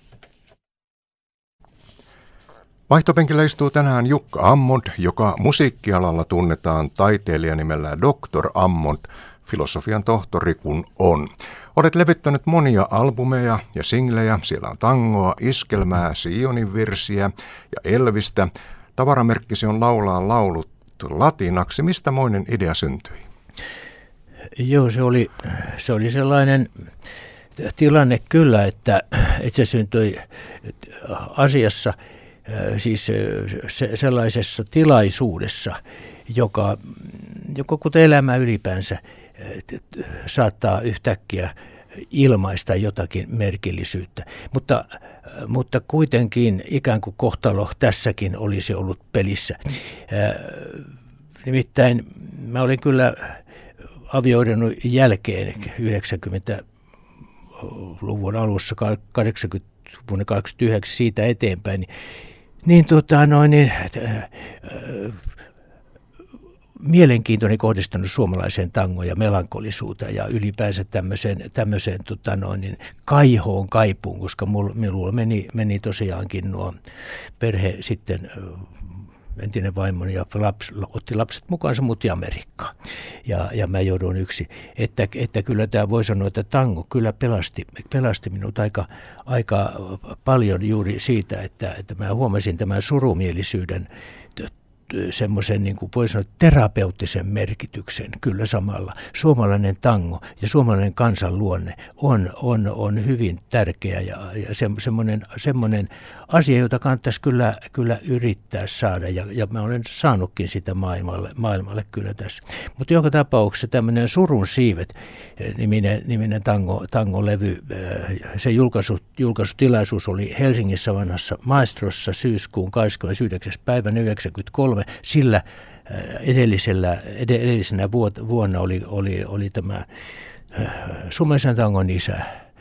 Vaihtopenkillä istuu tänään Jukka Ammond, joka musiikkialalla tunnetaan taiteilijanimellä doktor Ammond, filosofian tohtori kun on. Olet levittänyt monia albumeja ja singlejä, siellä on tangoa, iskelmää, Sionin virsiä ja Elvistä. Tavaramerkkisi on laulaa laulut latinaksi. Mistä moinen idea syntyi? Joo, se oli, se oli sellainen tilanne kyllä, että, että se syntyi asiassa, siis se, sellaisessa tilaisuudessa, joka, joka kuten elämä ylipäänsä saattaa yhtäkkiä ilmaista jotakin merkillisyyttä. Mutta, mutta kuitenkin ikään kuin kohtalo tässäkin olisi ollut pelissä. Nimittäin mä olin kyllä avioidunut jälkeen yhdeksänkymmentäluvun alussa, kahdeksankymmentä, vuonna kahdeksankymmentäyhdeksän siitä eteenpäin, niin, niin, tota, noin, niin äh, mielenkiintoni kohdistanut suomalaiseen tangoon ja melankolisuuteen ja ylipäänsä tämmöiseen, tämmöiseen tota noin, niin kaihoon, kaipuun, koska minulla meni, meni tosiaankin nuo perhe sitten, entinen vaimoni ja laps, otti lapset mukaansa muutti Amerikkaan ja, ja mä joudun yksi. Että, että kyllä tämä voi sanoa, että tango kyllä pelasti, pelasti minut aika, aika paljon juuri siitä, että, että mä huomasin tämän surumielisyyden semmoisen, niin kuin voi sanoa, terapeuttisen merkityksen kyllä samalla. Suomalainen tango ja suomalainen kansanluonne on, on, on hyvin tärkeä ja, ja se, semmoinen, semmoinen asia, jota kannattaisi kyllä, kyllä yrittää saada ja, ja mä olen saanutkin sitä maailmalle, maailmalle kyllä tässä. Mutta joka tapauksessa tämmöinen Surun siivet niminen, niminen tango, tango-levy, se julkaisu, julkaisutilaisuus oli Helsingissä vanhassa Maestrossa syyskuun kahdeskymmenesyhdeksäs päivä yhdeksänkymmentäkolme. Sillä edellisellä, edellisenä vuonna oli, oli, oli tämä Sumeisen tangon isä.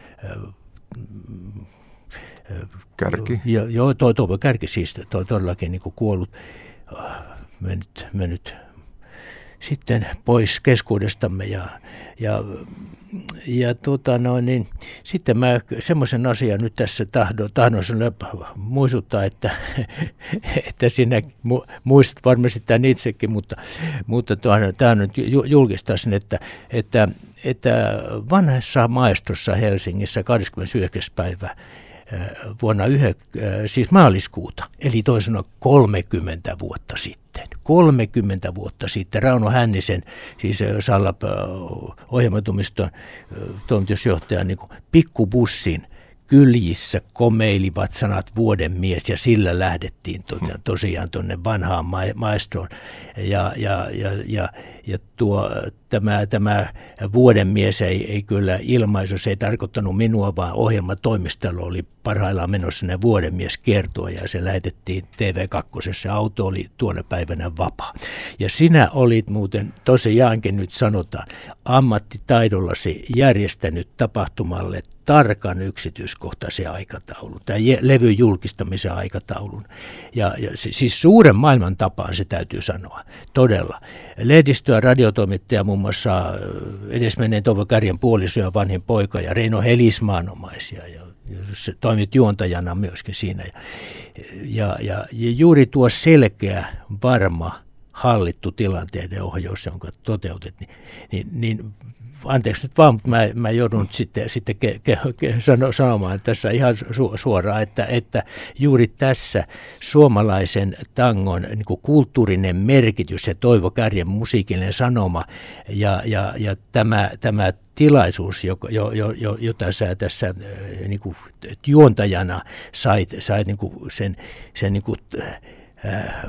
Kärki. Joo, tuo, tuo Kärki siis tuo todellakin niin kuin kuollut, mennyt, mennyt sitten pois keskuudestamme ja, ja, ja tota noin, niin, sitten mä semmoisen asian nyt tässä tahdon, tahdon muistuttaa, että, että sinä muistat varmasti tämän itsekin, mutta, mutta tämä nyt julkistaisin, että, että, että vanhassa Maestrossa Helsingissä kahdeskymmenesyhdeksäs päivä vuonna yhä, siis maaliskuuta, eli toisena kolmekymmentä vuotta sitten. kolmekymmentä vuotta sitten Rauno Hännisen, siis Sallap ohjelmatoimiston toimitusjohtajan niin pikkubussin kyljissä komeilivat sanat vuoden mies ja sillä lähdettiin to, tosiaan tuonne vanhaan maestroon. Ja, ja, ja, ja, ja tuo tämä, tämä vuoden mies ei, ei kyllä ilmaisu, se ei tarkoittanut minua, vaan ohjelmatoimistelu oli parhaillaan menossa sinne vuoden mies kiertua ja se lähetettiin T V kaksi. Se auto oli tuona päivänä vapaa. Ja sinä olit muuten, tosiaankin nyt sanotaan, ammattitaidollasi järjestänyt tapahtumalle tarkan yksityiskohtaisen aikataulun, tai levyn julkistamisen aikataulun. Ja, ja siis suuren maailman tapaan se täytyy sanoa, todella. Lehdistö- ja radiotoimittaja, muun muassa edesmenneen Toivo Kärjen puoliso ja vanhin poika ja Reino Helismaanomaisia, ja se toimit juontajana myöskin siinä. Ja, ja, ja juuri tuo selkeä, varma, hallittu tilanteiden ohjaus, jonka toteutet, niin, niin, niin anteeksi nyt vaan, mutta mä, mä joudun sitten, sitten ke, ke, ke, sano, sanomaan tässä ihan su, suoraan, että, että juuri tässä suomalaisen tangon niin kuin kulttuurinen merkitys ja Toivo Kärjen musiikillinen sanoma ja, ja, ja tämä, tämä tilaisuus, jo, jo, jo, jota sä tässä niin kuin juontajana sait, sait niin kuin sen, sen niin kuin, äh,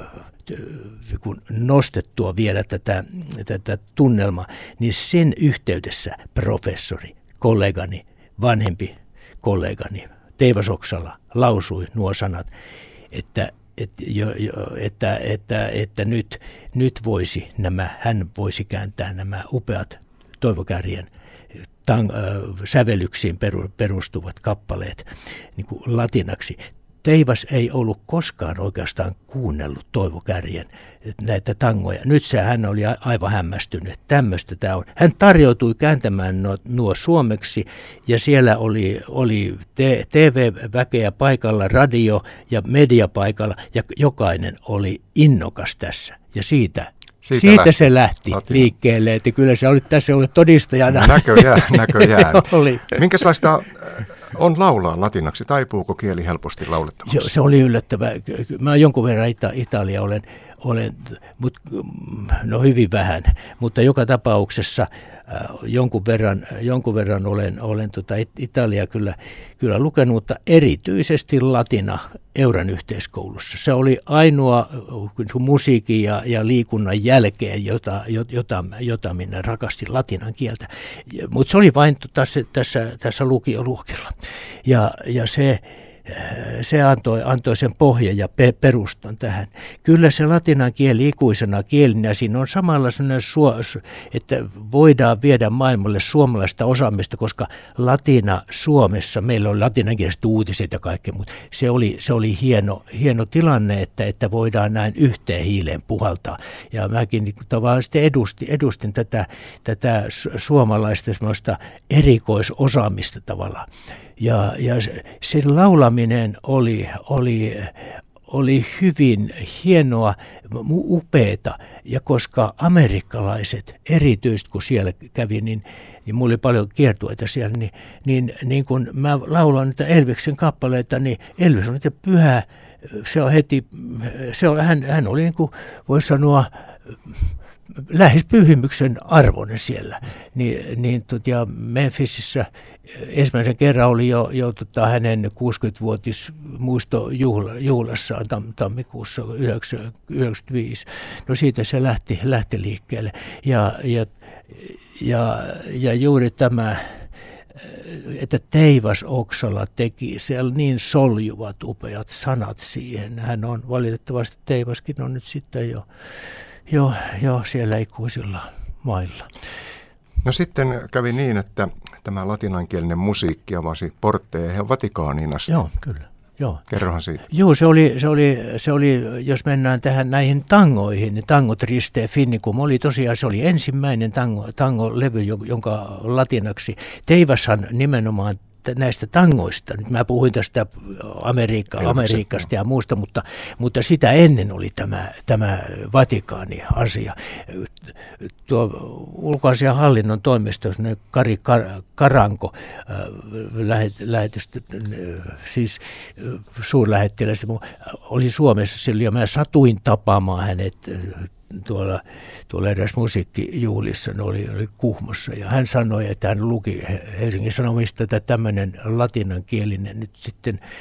kun nostettua vielä tätä, tätä tunnelmaa, niin sen yhteydessä professori, kollegani, vanhempi kollegani Teivas Oksala lausui nuo sanat, että, että, jo, jo, että, että, että nyt, nyt voisi nämä, hän voisi kääntää nämä upeat Toivo Kärjen tang, äh, sävellyksiin perustuvat kappaleet niin kuin latinaksi. Teivas ei ollut koskaan oikeastaan kuunnellut Toivo Kärjen näitä tangoja. Nyt se hän oli aivan hämmästynyt, että tämmöistä tämä on. Hän tarjoutui kääntämään nuo, nuo suomeksi ja siellä oli, oli T V-väkeä paikalla, radio ja media paikalla ja jokainen oli innokas tässä ja siitä. Siitä, Siitä lähti. se lähti Latina. liikkeelle, että kyllä se oli tässä ollut todistajana. Näköjään, näköjään. oli. Minkälaista on laulaa latinaksi? Taipuuko kieli helposti laulettavaksi? Joo, se oli yllättävää. Mä jonkun verran Ita- Italia olen, olen mut, no hyvin vähän, mutta joka tapauksessa äh, jonkun verran, jonkun verran olen, olen tota Italia kyllä, kyllä lukenut, mutta erityisesti latina Euran yhteiskoulussa. Se oli ainoa musiikin ja, ja liikunnan jälkeen, jota, jota, jota minä rakastin latinan kieltä. Mutta se oli vain tota, se, tässä, tässä lukioluokilla. Ja, ja se, se antoi, antoi sen pohjan ja pe, perustan tähän. Kyllä se latinan kieli ikuisena kielinä, siinä on samalla sellainen, suo, että voidaan viedä maailmalle suomalaista osaamista, koska latina Suomessa, meillä on latinankieliset uutiset ja kaikki, mutta se oli, se oli hieno, hieno tilanne, että, että voidaan näin yhteen hiileen puhaltaa. Ja mäkin niin, tavallaan sitten edustin, edustin tätä, tätä suomalaista semmoista erikoisosaamista tavallaan. Ja, ja se laulaminen oli, oli, oli hyvin hienoa, upeata, ja koska amerikkalaiset, erityisesti kun siellä kävi, niin, niin mulla oli paljon kiertueita siellä, niin, niin, niin kun mä laulan niitä Elviksen kappaleita, niin Elvis on niitä pyhä, se on heti, se on, hän, hän oli niin kuin voisi sanoa, lähes pyhimyksen arvoinen siellä. Ni, niin, tot, ja Memphisissä ensimmäisen kerran oli jo, jo tota, hänen kuusikymmentävuotismuistojuhlassaan tam, tammikuussa yhdeksänkymmentäviisi. No siitä se lähti, lähti liikkeelle. Ja, ja, ja, ja juuri tämä, että Teivas Oksala teki siellä niin soljuvat upeat sanat siihen. Hän on valitettavasti, Teivaskin on nyt sitten jo Joo, joo, siellä ikuisilla mailla. No sitten kävi niin, että tämä latinankielinen musiikki avasi portteja ihan Vatikaaniin asti. Joo, kyllä. Joo. Kerrohan siitä. Joo, se oli, se oli, se oli, jos mennään tähän näihin tangoihin, niin Tango Triste Finicum oli tosiaan, se oli ensimmäinen tango, tango-levy, jonka latinaksi Teivashan nimenomaan näistä tangoista. Nyt mä puhuin tästä Amerikka, Amerikasta ja muusta, mutta, mutta sitä ennen oli tämä, tämä Vatikaani-asia. Tuo ulkoasiainhallinnon toimisto, Kari Karanko, lähetystö, siis suurlähettiläs, oli Suomessa silloin, ja mä satuin tapaamaan hänet tuolla, tuolla eräs musiikkijuhlissa, ne oli, oli Kuhmossa, ja hän sanoi, että hän luki Helsingin Sanomista, että tämmöinen latinankielinen nyt sitten,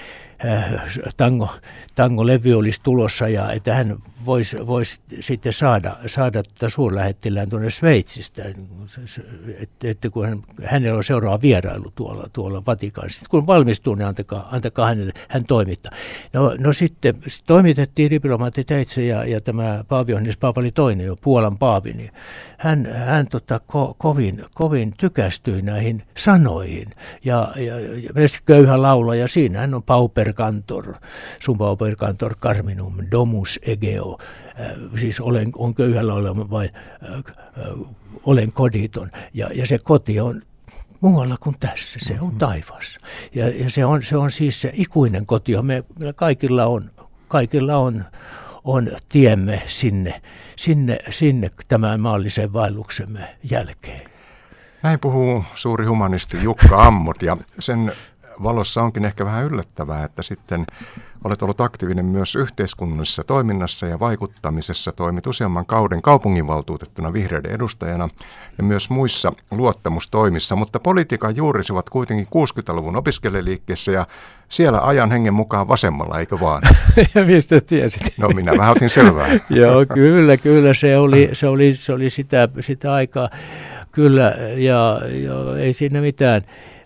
tango, tangolevy olisi tulossa ja että hän voisi vois sitten saada, saada tuota suurlähettilään tuonne Sveitsistä, että, että kun hän, hänellä on seuraava vierailu tuolla, tuolla Vatikaanissa. Kun valmistuu, niin antakaa, antakaa hänelle, hän toimittaa. No, no sitten toimitettiin diplomaattiteitse ja, ja tämä paavi Johannes Paavali toinen, jo Puolan paavi, niin hän, hän tota, ko, kovin, kovin tykästyi näihin sanoihin ja, ja, ja myös köyhä laulaja, siinä hän on pauper cantor, sum pauper cantor carminum domus egeo, äh, siis olen, on köyhä laulaja vai äh, äh, olen koditon ja, ja se koti on muualla kuin tässä, se on taivaassa. Ja, ja se, on, se on siis se ikuinen koti, johon me, meillä kaikilla on, kaikilla on, on tiemme sinne, sinne, sinne tämän maallisen vaelluksemme jälkeen. Näin puhuu suuri humanisti Jukka Ammot, ja sen valossa onkin ehkä vähän yllättävää, että sitten olet ollut aktiivinen myös yhteiskunnallisessa toiminnassa ja vaikuttamisessa, toimit useamman kauden kaupunginvaltuutettuna vihreiden edustajana ja myös muissa luottamustoimissa, mutta politiikan juurisi ovat kuitenkin kuusikymmentäluvun opiskelijaliikkeessä ja siellä ajan hengen mukaan vasemmalla, eikö vaan? Ja mistä tiesit? No minä vähän otin selvää. Joo, kyllä, kyllä se oli, se oli, se oli sitä, sitä aikaa, kyllä, ja, ja ei siinä mitään.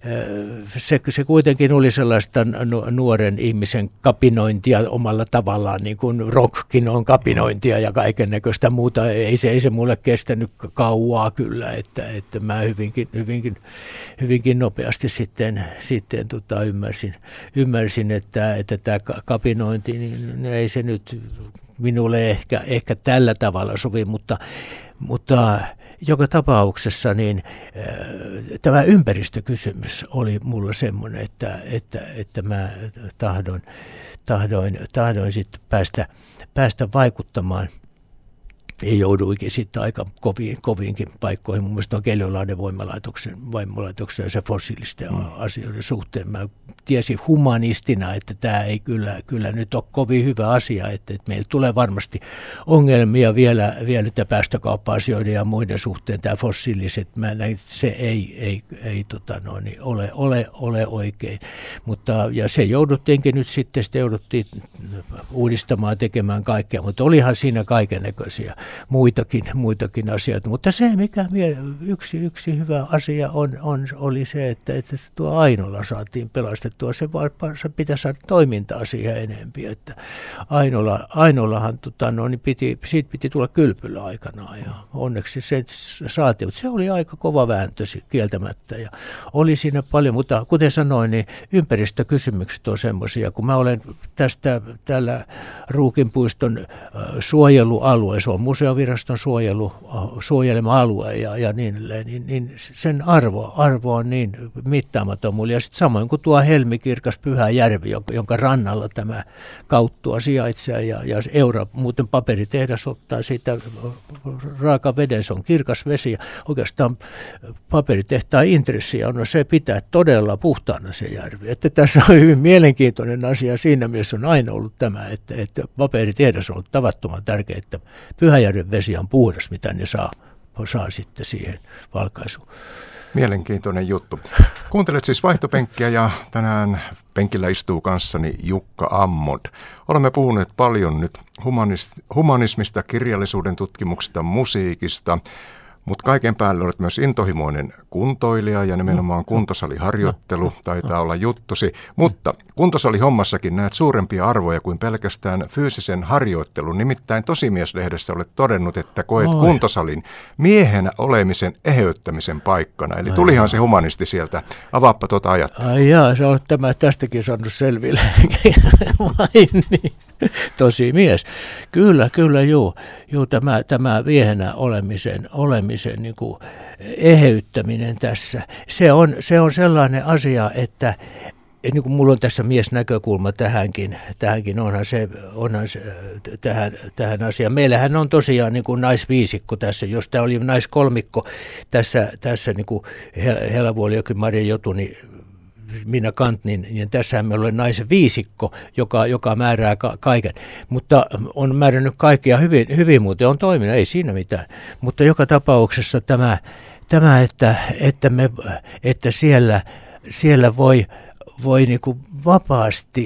Se, se kuitenkin oli sellaista nuoren ihmisen kapinointia omalla tavallaan, niin kuin rockkin on kapinointia ja kaiken näköistä muuta. Ei se, ei se mulle kestänyt kauaa kyllä, että, että mä hyvinkin, hyvinkin, hyvinkin nopeasti sitten, sitten tota ymmärsin, ymmärsin, että, että tämä kapinointi, niin ei se nyt minulle ehkä, ehkä tällä tavalla sovi, mutta, mutta joka tapauksessa niin äh, tämä ympäristökysymys oli mulla semmoinen, että, että, että mä tahdoin, tahdoin, tahdoin sitten päästä, päästä vaikuttamaan. Ja jouduikin sitten aika koviin, koviinkin paikkoihin. Mun mielestä on Keliolahden voimalaitoksen, voimalaitoksen ja se fossiilisten mm. asioiden suhteen. Mä tiesin humanistina, että tämä ei kyllä, kyllä nyt ole kovin hyvä asia, että, että meillä tulee varmasti ongelmia vielä, vielä päästökauppa-asioiden ja muiden suhteen. Tämä fossiiliset, mä näin, että se ei, ei, ei tota no, niin ole, ole, ole oikein. Mutta, ja se jouduttiinkin nyt sitten, sitten jouduttiin uudistamaan, tekemään kaikkea, mutta olihan siinä kaikennäköisiä muitakin, muitakin asioita. Mutta se, mikä yksi, yksi hyvä asia on, on, oli se, että, että tuo Ainola saatiin pelastettua. Se, se pitäisi saada toimintaa siihen enemmän. Että Ainola, Ainolahan tota, no, niin piti, siitä piti tulla kylpylä aikanaan ja onneksi se saatiin. Mutta se oli aika kova vääntö kieltämättä ja oli siinä paljon, mutta kuten sanoin, niin ympäristökysymykset on semmoisia. Kun mä olen tästä täällä Ruukinpuiston suojelualueessa, on museoviraston suojelu, suojelema alue ja, ja niin edelleen, niin, niin sen arvo, arvo on niin mittaamaton mulle. Ja sitten samoin kuin tuo helmikirkas Pyhäjärvi, jonka, jonka rannalla tämä kauttua sijaitsee ja, ja Eura, muuten paperitehdas ottaa siitä raaka veden, se on kirkas vesi ja oikeastaan paperitehtaan intressiä on se pitää todella puhtaana se järvi. Että tässä on hyvin mielenkiintoinen asia, siinä mielessä on aina ollut tämä, että, että paperitehdas on ollut tavattoman tärkeä, että Pyhäjärven vesi on puhdas, mitä ne saa, saa sitten siihen valkaisuun. Mielenkiintoinen juttu. Kuuntelet siis Vaihtopenkkiä ja tänään penkillä istuu kanssani Jukka Ammot. Olemme puhuneet paljon nyt humanis- humanismista, kirjallisuuden tutkimuksesta, musiikista, mutta kaiken päälle olet myös intohimoinen kuntoilija ja nimenomaan kuntosaliharjoittelu taitaa olla juttusi. Mutta kuntosalihommassakin näet suurempia arvoja kuin pelkästään fyysisen harjoittelun. Nimittäin Tosimies-lehdessä olet todennut, että koet Oi. kuntosalin miehenä olemisen eheyttämisen paikkana. Eli tulihan Ai se humanisti sieltä. Avaappa tuota ajattelua. Ai jaa, se on tämä tästäkin saanut selville. Vai niin? Tosimies. Kyllä, kyllä, juu. juu tämä, tämä miehenä olemisen, olemisen niin kuin eheyttäminen tässä. Se on, se on sellainen asia, että niin kuin mulla on tässä miesnäkökulma tähänkin, tähänkin onhan se, onhan se tähän, tähän asiaan. Meillähän on tosiaan niin kuin naisviisikko tässä, jos tämä oli naiskolmikko tässä, tässä niin kuin Hela Vuolijoki, Marja Jotuni, Minna Kant, niin, niin tässähän meillä on naisen viisikko, joka, joka määrää ka- kaiken. Mutta on määrännyt kaikkia hyvin, hyvin muuten, on toiminut, ei siinä mitään. Mutta joka tapauksessa tämä, tämä että, että, me, että siellä, siellä voi, voi niin kuin vapaasti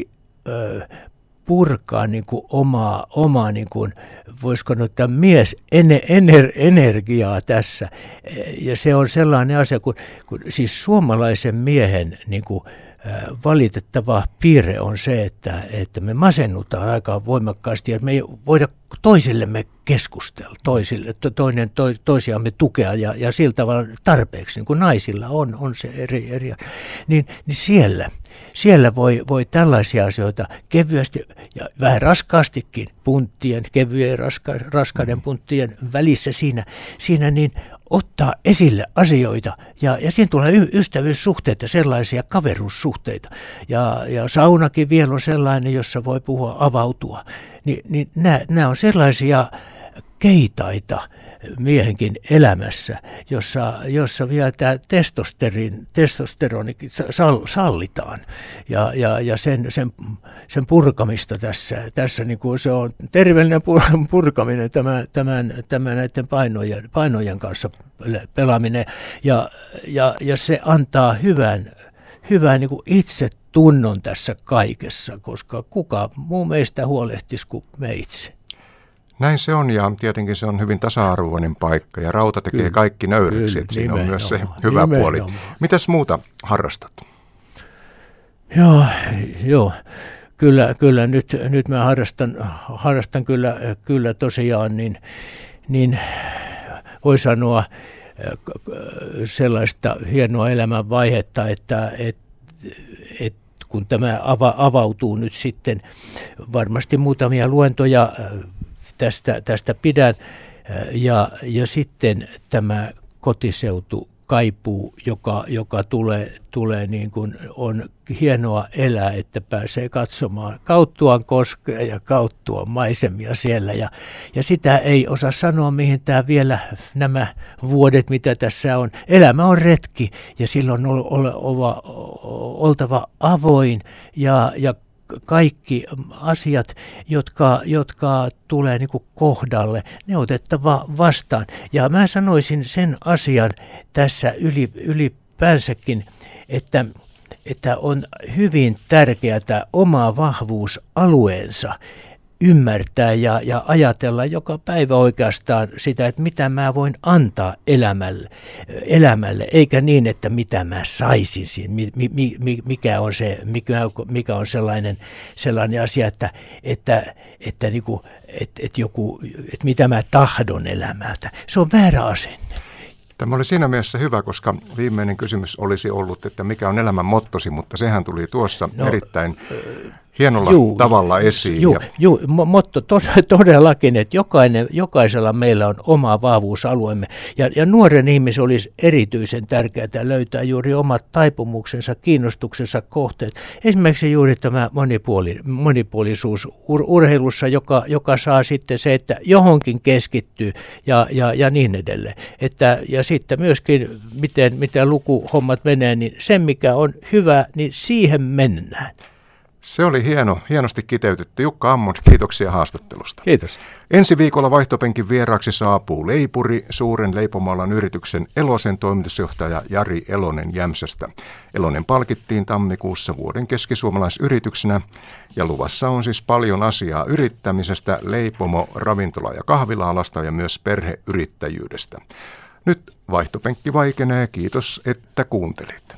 ö, purkaa niin kuin omaa, omaa niin kuin, voisiko noita mies ener, ener, energiaa tässä. Ja se on sellainen asia, kun, kun siis suomalaisen miehen niin kuin, valitettava piirre on se, että, että me masennutaan aika voimakkaasti ja me ei voida toisillemme keskustella, toisille, toinen to, toisiamme tukea ja, ja sillä tavalla tarpeeksi, niin kuin naisilla on, on se eri, eri niin, niin siellä, siellä voi, voi tällaisia asioita kevyesti ja vähän raskaastikin punttien, kevyen raska, raskaiden punttien välissä siinä, siinä niin ottaa esille asioita ja, ja siinä tulee y- ystävyyssuhteita, sellaisia kaveruussuhteita. Ja, ja saunakin vielä on sellainen, jossa voi puhua, avautua. Ni, niin nämä on sellaisia keitaita miehenkin elämässä, jossa, jossa vielä tämä testosterin, testosteroni sallitaan ja, ja, ja sen, sen, sen purkamista tässä, tässä niin kuin se on terveellinen purkaminen tämän, tämän, tämän näiden painojen, painojen kanssa pelaaminen ja, ja, ja se antaa hyvän, hyvän niin kuin itsetunnon tässä kaikessa, koska kuka muu meistä huolehtisi kuin me itse. Näin se on ja tietenkin se on hyvin tasa-arvoinen paikka ja rauta tekee kyllä, kaikki nöyriksi, että siinä on myös se hyvä puoli. Mitäs muuta harrastat? Joo, joo. Kyllä, kyllä nyt, nyt mä harrastan, harrastan kyllä, kyllä tosiaan, niin, niin voi sanoa sellaista hienoa elämänvaihetta, että et, et, kun tämä ava, avautuu nyt sitten, varmasti muutamia luentoja Tästä, tästä pidän ja, ja sitten tämä kotiseutu kaipuu, joka, joka tulee, tulee niin kuin on hienoa elää, että pääsee katsomaan Kauttuan koskea ja Kauttuan maisemia siellä. Ja, ja sitä ei osaa sanoa, mihin tämä vielä nämä vuodet, mitä tässä on. Elämä on retki ja silloin on oltava, oltava avoin ja, ja kaikki asiat, jotka, jotka tulee niin kuin kohdalle, ne otettava vastaan. Ja mä sanoisin sen asian tässä yli, ylipäänsäkin, että, että on hyvin tärkeää oma vahvuusalueensa ymmärtää ja, ja ajatella joka päivä oikeastaan sitä, että mitä mä voin antaa elämälle, elämälle eikä niin, että mitä mä saisin, mi, mi, mi, mikä on se, mikä, mikä on sellainen, sellainen asia, että, että, että, niinku, että, että, joku, että mitä mä tahdon elämältä. Se on väärä asenne. Tämä oli siinä mielessä hyvä, koska viimeinen kysymys olisi ollut, että mikä on elämän mottosi, mutta sehän tuli tuossa no, erittäin hienolla juu, tavalla esiin. Joo, juu, motto todellakin, että jokainen, jokaisella meillä on oma vahvuusalueemme. Ja, ja nuoren ihmisen olisi erityisen tärkeää löytää juuri omat taipumuksensa, kiinnostuksensa kohteet. Esimerkiksi juuri tämä monipuoli, monipuolisuus ur, urheilussa, joka, joka saa sitten se, että johonkin keskittyy ja, ja, ja niin edelleen. Että, ja sitten myöskin, miten, miten lukuhommat menee, niin se mikä on hyvä, niin siihen mennään. Se oli hieno, hienosti kiteytetty. Jukka Ammon, kiitoksia haastattelusta. Kiitos. Ensi viikolla vaihtopenkin vieraaksi saapuu leipuri, suuren leipomoalan yrityksen Elosen toimitusjohtaja Jari Elonen Jämsästä. Elonen palkittiin tammikuussa vuoden keskisuomalaisyrityksenä ja luvassa on siis paljon asiaa yrittämisestä, leipomo, ravintola- ja kahvila-alasta ja myös perheyrittäjyydestä. Nyt vaihtopenkki vaikenee. Kiitos, että kuuntelit.